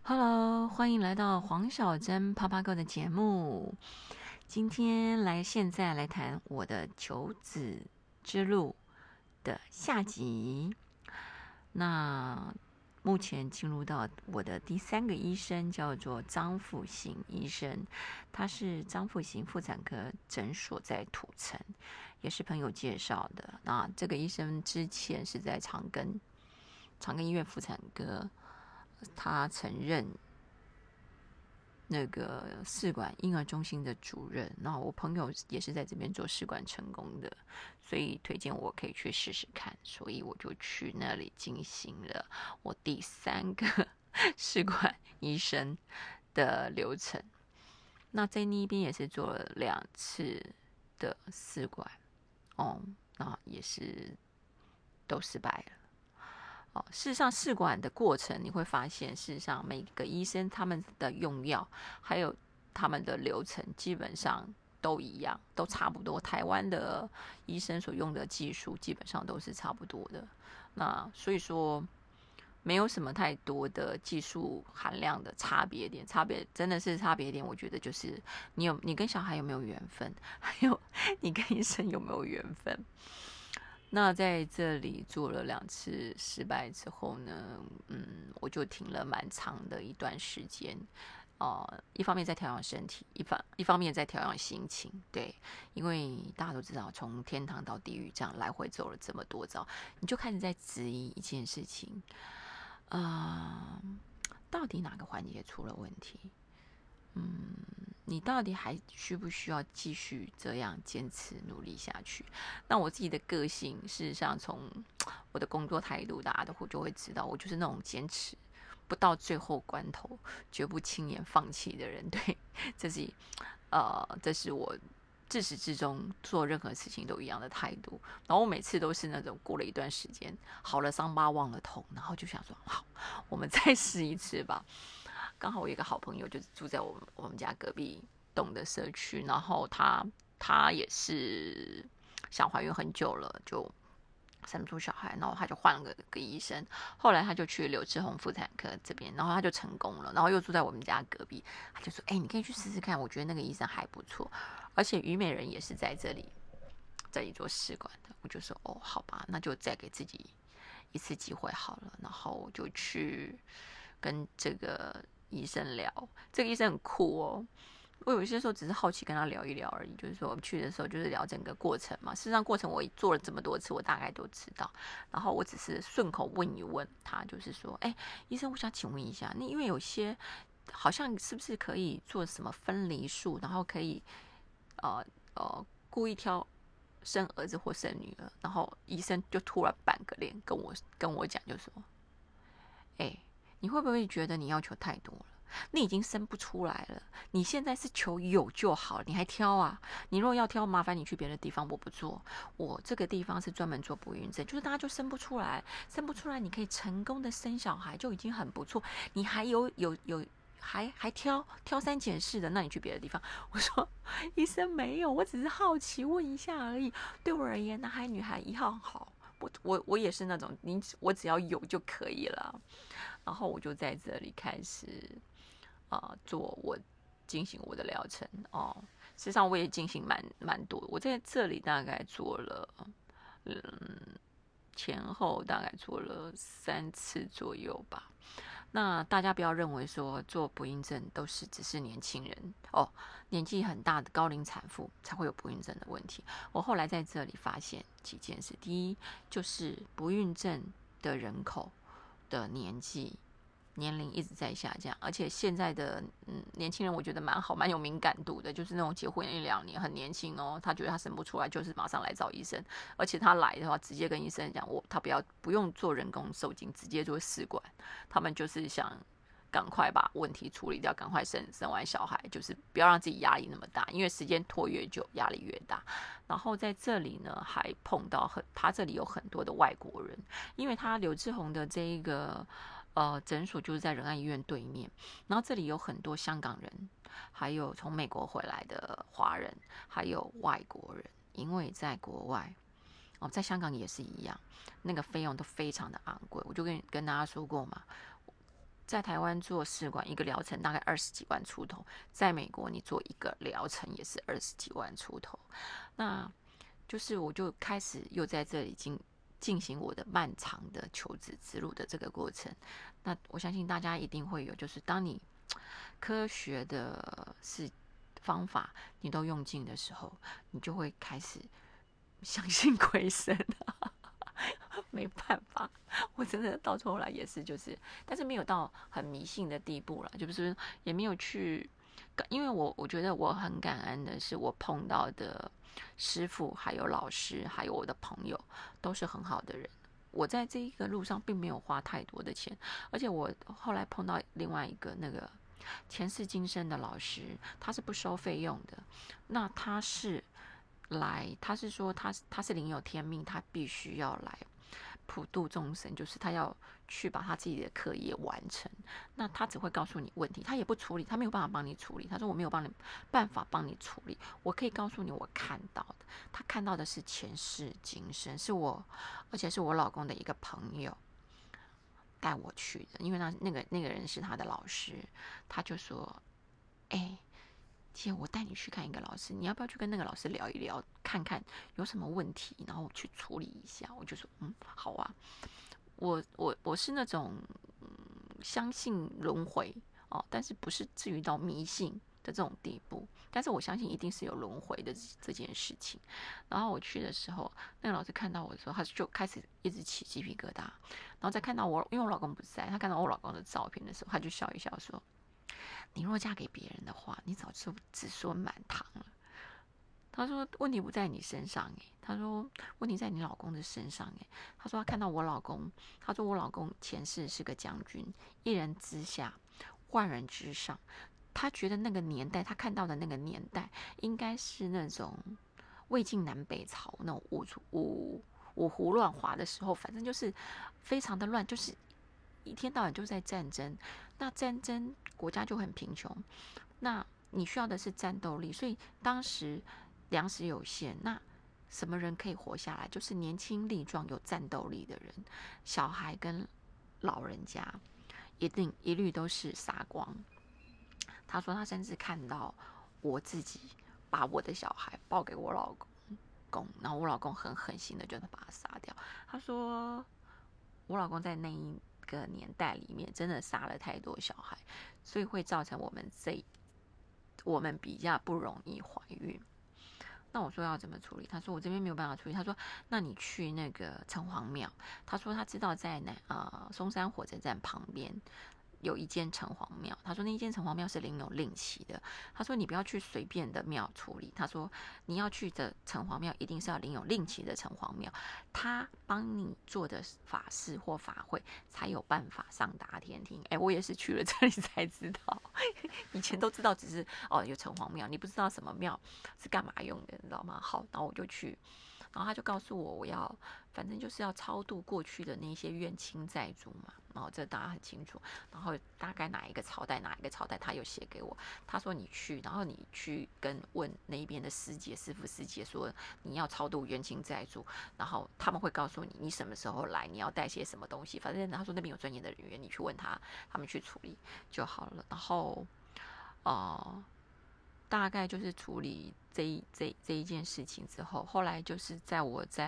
Hello，欢迎来到黄小珍啪啪哥的节目。现在来谈我的求子之路的下集。那目前进入到我的第3个医生，叫做张富行医生，他是张富行妇产科诊所在土城，也是朋友介绍的。那这个医生之前是在长庚医院妇产科，他曾任那个试管婴儿中心的主任，那我朋友也是在这边做试管成功的，所以推荐我可以去试试看，所以我就去那里进行了我第3个试管医生的流程。那在那边也是做了2次的试管，那也是都失败了。事实上，试管的过程你会发现，事实上每个医生他们的用药还有他们的流程基本上都一样，都差不多。台湾的医生所用的技术基本上都是差不多的。那所以说，没有什么太多的技术含量的差别点。差别真的是差别点，我觉得就是你跟小孩有没有缘分，还有你跟医生有没有缘分。那在这里做了2次失败之后呢，我就停了蛮长的一段时间，一方面在调养身体，一方面在调养心情，对，因为大家都知道，从天堂到地狱这样来回走了这么多遭，你就开始在质疑一件事情，到底哪个环节出了问题？你到底还需不需要继续这样坚持努力下去？那我自己的个性，事实上从我的工作态度，大家就会知道，我就是那种坚持不到最后关头，绝不轻言放弃的人。对，这是我自始至终做任何事情都一样的态度。然后我每次都是那种过了一段时间，好了伤疤忘了痛，然后就想说，好，我们再试一次吧。刚好我有一个好朋友，就是住在我们家隔壁栋的社区，然后他也是想怀孕很久了，就生不出小孩，然后他就换了个医生，后来他就去刘志宏妇产科这边，然后他就成功了，然后又住在我们家隔壁，他就说：“你可以去试试看，我觉得那个医生还不错，而且虞美人也是在这里做试管的。”我就说：“哦，好吧，那就再给自己一次机会好了。”然后我就去跟这个医生聊，这个医生很酷哦。我有些时候只是好奇跟他聊一聊而已，就是说我去的时候就是聊整个过程嘛。事实上过程我做了这么多次，我大概都知道。然后我只是顺口问一问他，就是说，医生，我想请问一下，那因为有些好像是不是可以做什么分离术，然后可以故意挑生儿子或生女儿，然后医生就突然板个脸跟我讲，就说，你会不会觉得你要求太多了？你已经生不出来了，你现在是求有就好，你还挑啊？你如果要挑，麻烦你去别的地方，我不做。我这个地方是专门做不孕症，就是大家就生不出来，生不出来，你可以成功的生小孩就已经很不错。你还还挑三拣四的，那你去别的地方。我说医生没有，我只是好奇问一下而已。对我而言，男孩女孩一号好。我也是那种，我只要有就可以了。然后我就在这里开始进行我的疗程哦。事实上我也进行蛮多的，我在这里大概做了前后大概做了3次左右吧。那大家不要认为说做不孕症只是年轻人年纪很大的高龄产妇才会有不孕症的问题。我后来在这里发现几件事，第一就是不孕症的人口的年龄一直在下降，而且现在的年轻人我觉得蛮好，蛮有敏感度的，就是那种结婚1-2年很年轻哦，他觉得他生不出来，就是马上来找医生，而且他来的话直接跟医生讲，他不用做人工受精，直接做试管，他们就是想赶快把问题处理掉，赶快生完小孩，就是不要让自己压力那么大，因为时间拖越久，压力越大。然后在这里呢，还碰到他这里有很多的外国人，因为他刘志宏的这一个诊所就是在仁爱医院对面，然后这里有很多香港人，还有从美国回来的华人，还有外国人，因为在国外。在香港也是一样，那个费用都非常的昂贵。我就跟大家说过嘛， 在台湾做试管一个疗程大概20几万出头，在美国你做一个疗程也是20几万出头。那就是我就开始又在这里进行我的漫长的求子之路的这个过程。那我相信大家一定会有，就是当你科学的方法你都用尽的时候，你就会开始相信鬼神没办法，我真的到头来也是但是没有到很迷信的地步了，就是也没有去，因为我觉得我很感恩的是，我碰到的师傅、还有老师、还有我的朋友都是很好的人。我在这一个路上并没有花太多的钱，而且我后来碰到另外一个那个前世今生的老师，他是不收费用的。那他是说他是领有天命，他必须要来普度众生，就是他要去把他自己的课业完成。那他只会告诉你问题，他也不处理，他没有办法帮你处理。他说我没有办法帮你处理，我可以告诉你我看到的。他看到的是前世今生，而且是我老公的一个朋友带我去的，因为那个人是他的老师，他就说，姐，我带你去看一个老师，你要不要去跟那个老师聊一聊，看看有什么问题，然后去处理一下？我就说，好啊。我是那种相信轮回但是不是至于到迷信的这种地步。但是我相信一定是有轮回的这件事情。然后我去的时候，那个老师看到我的时候，他就开始一直起鸡皮疙瘩。然后再看到我，因为我老公不在，他看到我老公的照片的时候，他就笑一笑说：“你若嫁给别人的话，你早就子孙满堂了。”他说问题不在你身上他说问题在你老公的身上他说他看到我老公，他说我老公前世是个将军，一人之下，万人之上。他觉得那个年代，他看到的那个年代，应该是那种魏晋南北朝那种五胡乱华的时候，反正就是非常的乱，就是一天到晚就在战争。那战争国家就很贫穷，那你需要的是战斗力，所以当时粮食有限，那什么人可以活下来？就是年轻力壮有战斗力的人，小孩跟老人家一律都是杀光。他说他甚至看到我自己把我的小孩抱给我老公，然后我老公很狠心的就把他杀掉。他说我老公在那一个年代里面真的杀了太多小孩，所以会造成我们比较不容易怀孕。那我说要怎么处理？他说我这边没有办法处理。他说那你去那个城隍庙。他说他知道在松山火车站旁边有一间城隍庙。他说那一间城隍庙是领有令旗的。他说你不要去随便的庙处理。他说你要去的城隍庙一定是要领有令旗的城隍庙，他帮你做的法事或法会才有办法上达天庭。我也是去了这里才知道，以前都知道只是有城隍庙，你不知道什么庙是干嘛用的，你知道吗？好，然后我就去，然后他就告诉我反正就是要超度过去的那些冤亲债主嘛，然后这大家很清楚，然后大概哪一个朝代他有写给我。他说你去，然后你去问那边的师傅师姐说你要超度冤亲债主，然后他们会告诉你什么时候来，你要带些什么东西，反正他说那边有专业的人员，你去问他们去处理就好了。然后大概就是处理这一件事情之后，后来就是在我在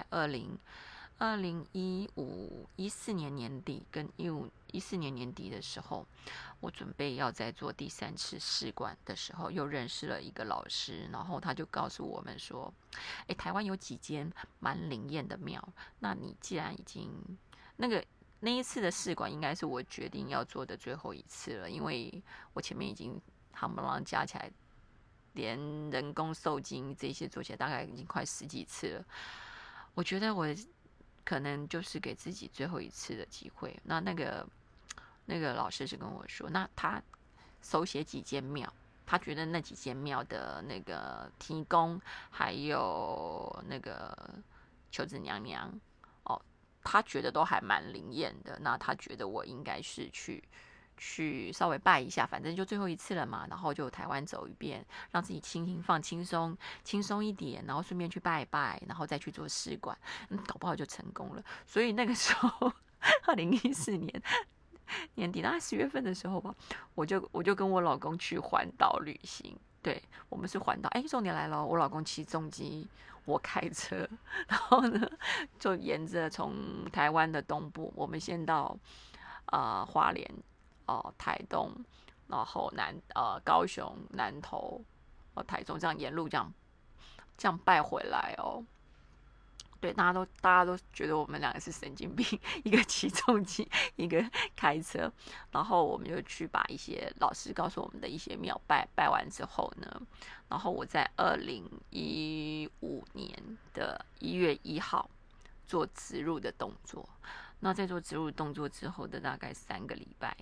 2014年年底跟14年年底的时候，我准备要再做第3次试管的时候，又认识了一个老师，然后他就告诉我们说，台湾有几间蛮灵验的庙，那你既然已经那一次的试管应该是我决定要做的最后一次了，因为我前面已经夯不啷加起来连人工受精这些做起来大概已经快10几次了，我觉得我可能就是给自己最后一次的机会。那个老师是跟我说，那他手写几间庙，他觉得那几间庙的那个提供还有那个求子娘娘他觉得都还蛮灵验的。那他觉得我应该是去稍微拜一下，反正就最后一次了嘛，然后就台湾走一遍，让自己放轻松一点，然后顺便去拜一拜，然后再去做试管，搞不好就成功了。所以那个时候2014年年底大概10月份的时候吧，我就跟我老公去环岛旅行。对，我们是环岛。重点来了，我老公骑重机，我开车，然后呢，就沿着从台湾的东部，我们先到花莲、台东，然后高雄、南投、台中，这样沿路这样拜回来哦。对，大家都觉得我们两个是神经病，一个骑重机，一个开车。然后我们就去把一些老师告诉我们的一些庙拜完之后呢，然后我在2015年1月1号做植入的动作。那在做植入动作之后的大概3个礼拜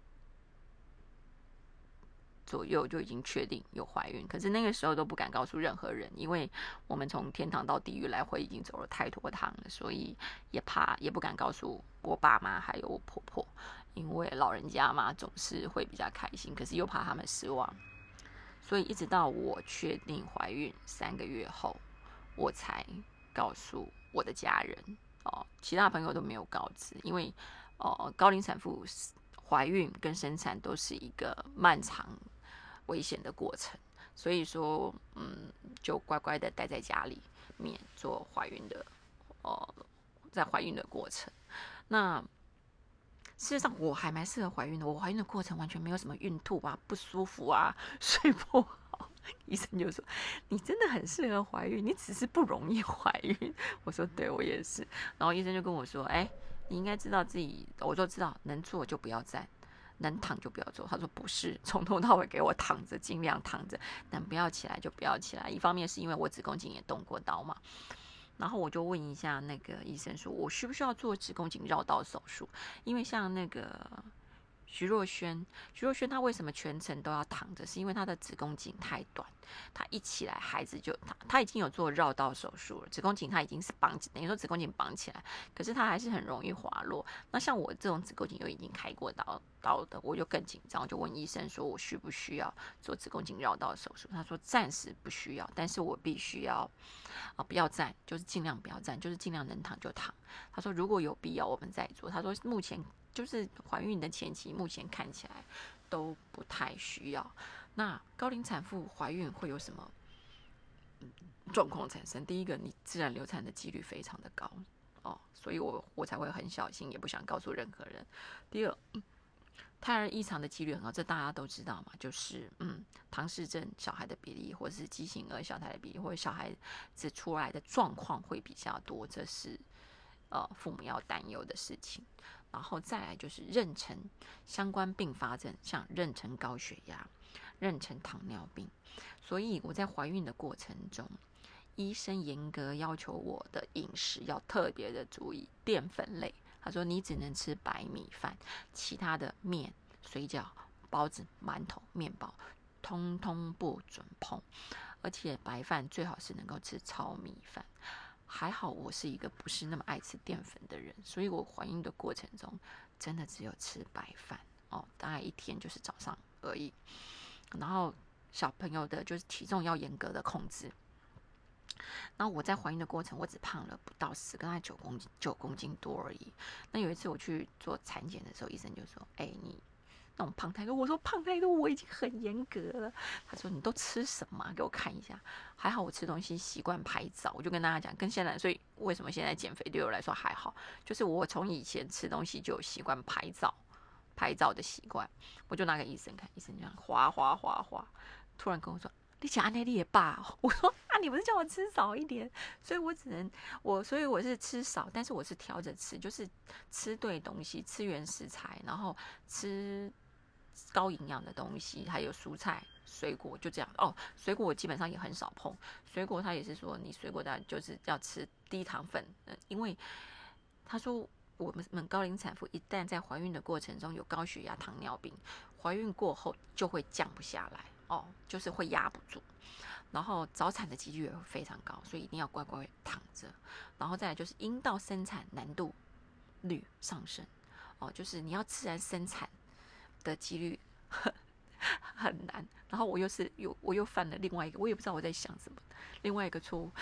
左右就已经确定有怀孕，可是那个时候都不敢告诉任何人，因为我们从天堂到地狱来回已经走了太多趟了，所以也怕，也不敢告诉我爸妈还有我婆婆，因为老人家嘛总是会比较开心，可是又怕他们失望，所以一直到我确定怀孕3个月后，我才告诉我的家人其他朋友都没有告知，因为高龄产妇怀孕跟生产都是一个漫长危险的过程，所以说就乖乖的待在家里面做怀孕的在怀孕的过程。那事实上我还蛮适合怀孕的，我怀孕的过程完全没有什么孕吐啊、不舒服啊、睡不好。医生就说你真的很适合怀孕，你只是不容易怀孕。我说对，我也是。然后医生就跟我说你应该知道自己，我就知道能坐就不要站，能躺就不要坐。他说不是，从头到尾给我躺着，尽量躺着，能不要起来就不要起来。一方面是因为我子宫颈也动过刀嘛，然后我就问一下那个医生说，我需不需要做子宫颈绕道手术？因为像那个徐若瑄她为什么全程都要躺着？是因为她的子宫颈太短，她一起来孩子就她已经有做绕道手术了，子宫颈她已经是等于说子宫颈绑起来，可是她还是很容易滑落。那像我这种子宫颈又已经开过刀的，我就更紧张，我就问医生说我需不需要做子宫颈绕道手术？他说暂时不需要，但是我必须要不要站，就是尽量不要站，就是尽量能躺就躺。他说如果有必要我们再做。他说目前就是怀孕的前期，目前看起来都不太需要。那高龄产妇怀孕会有什么状况产生？第一个，你自然流产的几率非常的高所以我才会很小心，也不想告诉任何人。第二，胎儿异常的几率很高，这大家都知道嘛，就是唐氏症小孩的比例，或者是畸形儿小孩的比例，或者小孩子出来的状况会比较多，这是父母要担忧的事情。然后再来就是妊娠相关并发症，像妊娠高血压、妊娠糖尿病。所以我在怀孕的过程中，医生严格要求我的饮食要特别的注意淀粉类。他说你只能吃白米饭，其他的面、水饺、包子、馒头、面包通通不准碰，而且白饭最好是能够吃糙米饭。还好我是一个不是那么爱吃淀粉的人，所以我怀孕的过程中真的只有吃白饭大概一天就是早上而已。然后小朋友的就是体重要严格的控制。然后我在怀孕的过程，我只胖了不到10，跟他9公斤多而已。那有一次我去做产检的时候，医生就说：“你那种胖太多。”我说：“胖太多，我已经很严格了。”他说：“你都吃什么啊？给我看一下。”还好我吃东西习惯拍照，我就跟大家讲，跟现在，所以为什么现在减肥对我来说还好，就是我从以前吃东西就有习惯拍照的习惯。我就拿给医生看，医生这样哗哗哗哗，突然跟我说：“你吃安内你也罢。”我说：“你不是叫我吃少一点？”所以所以我是吃少，但是我是挑着吃，就是吃对东西，吃原食材，然后吃高营养的东西，还有蔬菜、水果，就这样水果我基本上也很少碰，水果他也是说你水果的就是要吃低糖分，因为他说我们高龄产妇一旦在怀孕的过程中有高血压、糖尿病，怀孕过后就会降不下来就是会压不住。然后早产的几率也会非常高，所以一定要乖乖躺着。然后再来就是阴道生产难度率上升就是你要自然生产的几率很难。然后我又犯了另外一个，我也不知道我在想什么，另外一个错误，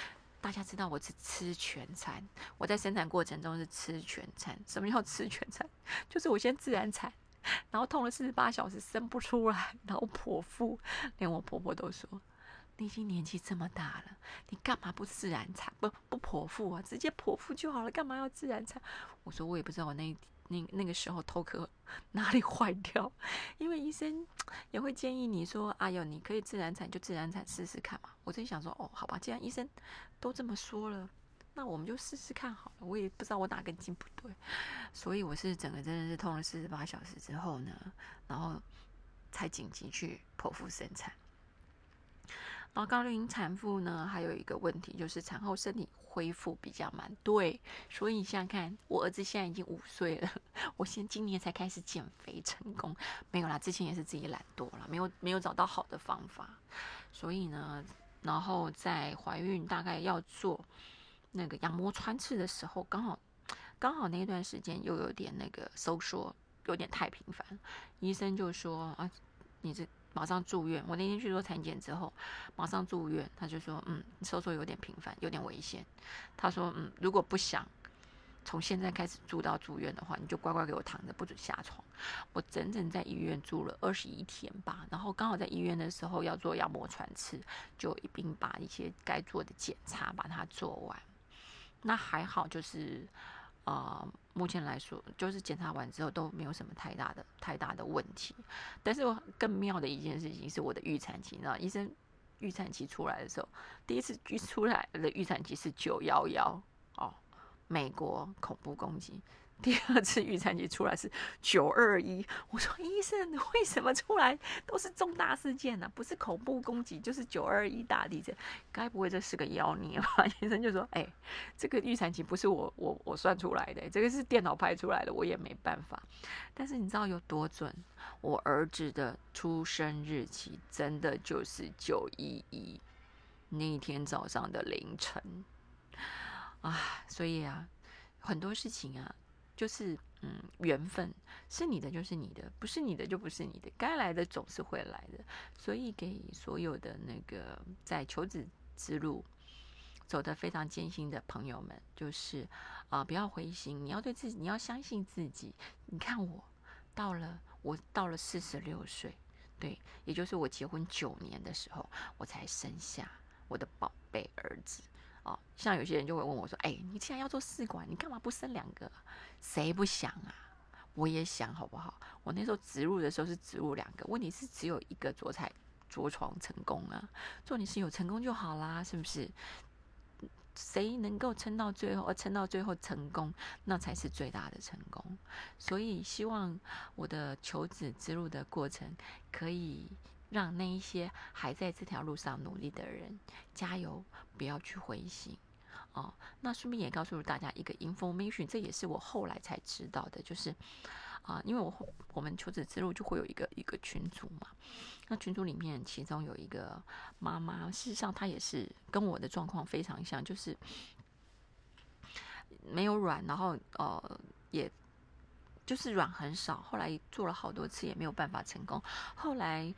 大家知道我是吃全餐，我在生产过程中是吃全餐。什么叫吃全餐？就是我先自然产，然后痛了48小时生不出来，然后剖腹，连我婆婆都说：“你已经年纪这么大了，你干嘛不自然产？不剖腹啊？直接剖腹就好了，干嘛要自然产？”我说我也不知道我那个时候头壳哪里坏掉，因为医生也会建议你说：“哎呦，你可以自然产就自然产试试看嘛。”我真想说：“哦，好吧，既然医生都这么说了，那我们就试试看好了。”我也不知道我哪根筋不对，所以我是整个真的是痛了48小时之后呢，然后才紧急去剖腹生产。然后高龄产妇呢，还有一个问题就是产后身体恢复比较慢。对，所以你想想看，我儿子现在已经5岁了，我今年才开始减肥成功，没有啦，之前也是自己懒惰了，没有找到好的方法。所以呢，然后在怀孕大概要做那个羊膜穿刺的时候，刚好那一段时间又有点那个收缩，有点太频繁，医生就说啊，你这马上住院。我那天去做产检之后，马上住院，他就说，收缩有点频繁，有点危险。他说，如果不想从现在开始住到住院的话，你就乖乖给我躺着，不准下床。我整整在医院住了21天吧，然后刚好在医院的时候要做羊膜穿刺，就一并把一些该做的检查把它做完。那还好，就是目前来说，就是检查完之后都没有什么太大的问题。但是更妙的一件事情是我的预产期，你知道，医生预产期出来的时候，第一次出来的预产期是911哦，美国恐怖攻击。第二次预产期出来是921，我说医生为什么出来都是重大事件呢？不是恐怖攻击就是921大地震，该不会这是个妖孽吧？医生就说：“这个预产期不是我算出来的，这个是电脑拍出来的，我也没办法。”但是你知道有多准？我儿子的出生日期真的就是911那一天早上的凌晨啊！所以啊，很多事情啊。就是缘分是你的就是你的，不是你的就不是你的，该来的总是会来的。所以给所有的那个在求子之路走得非常艰辛的朋友们，就是不要灰心，你要对自己，你要相信自己。你看我到了46岁，对，也就是我结婚9年的时候，我才生下我的宝贝儿子。像有些人就会问我说：“你既然要做试管，你干嘛不生2个？谁不想啊？我也想，好不好？我那时候植入的时候是植入2个，问题是只有1个着床成功啊。重点是有成功就好啦，是不是？谁能够撑到最后成功，那才是最大的成功。所以希望我的求子之路的过程，可以让那一些还在这条路上努力的人加油，不要去灰心。那顺便也告诉大家一个 information， 这也是我后来才知道的，就是因为我们求子之路就会有一个群组嘛，那群组里面其中有一个妈妈，事实上她也是跟我的状况非常像，就是没有卵，然后也就是卵很少，后来做了好多次也没有办法成功，后来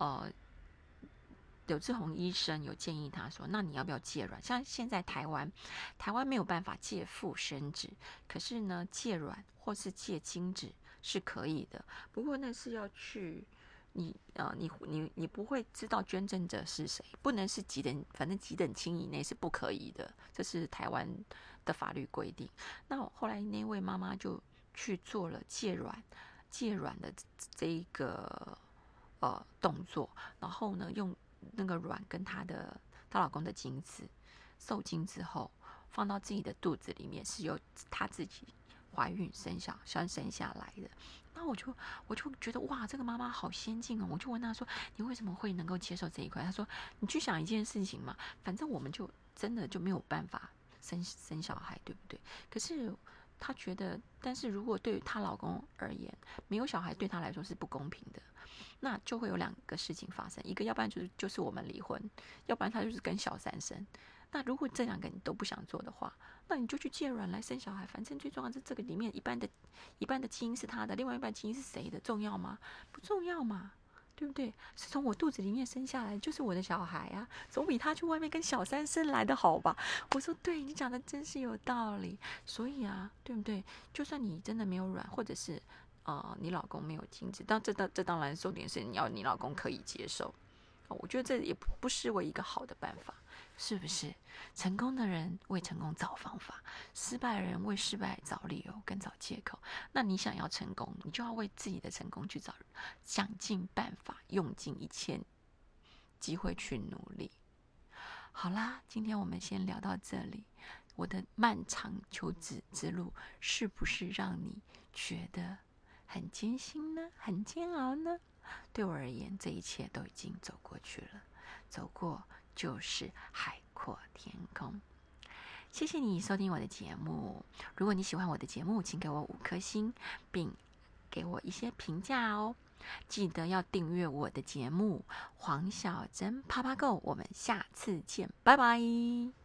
柳志宏医生有建议他说：“那你要不要借卵？像现在台湾没有办法借腹生子，可是呢，借卵或是借精子是可以的。不过那是要去你不会知道捐赠者是谁，不能是反正几等亲以内是不可以的，这是台湾的法律规定。那后来那位妈妈就去做了借卵的这一个动作，然后呢用那个卵跟她老公的精子受精之后，放到自己的肚子里面，是由她自己怀孕生下来的。那我就觉得哇，这个妈妈好先进哦！我就问她说：“你为什么会能够接受这一块？”她说：“你去想一件事情嘛，反正我们就真的就没有办法生小孩，对不对？可是她觉得，但是如果对于她老公而言，没有小孩对她来说是不公平的。”那就会有2个事情发生，一个要不然就是我们离婚，要不然他就是跟小三生。那如果这2个你都不想做的话，那你就去借卵来生小孩，反正最重要是这个里面一半的基因是他的，另外一半基因是谁的，重要吗？不重要嘛，对对不对？是从我肚子里面生下来，就是我的小孩啊，总比他去外面跟小三生来的好吧？我说对，你讲的真是有道理。所以啊，对不对？就算你真的没有卵，或者是你老公没有精子，这当然重点是你老公可以接受。我觉得这也不失为一个好的办法，是不是？成功的人为成功找方法，失败的人为失败找理由跟找借口。那你想要成功，你就要为自己的成功去想尽办法，用尽一切机会去努力。好啦，今天我们先聊到这里。我的漫长求子之路，是不是让你觉得很艰辛呢？很煎熬呢？对我而言，这一切都已经走过去了，走过就是海阔天空。谢谢你收听我的节目。如果你喜欢我的节目，请给我5颗星，并给我一些评价哦。记得要订阅我的节目黄小珍啪啪 Go，我们下次见，拜拜。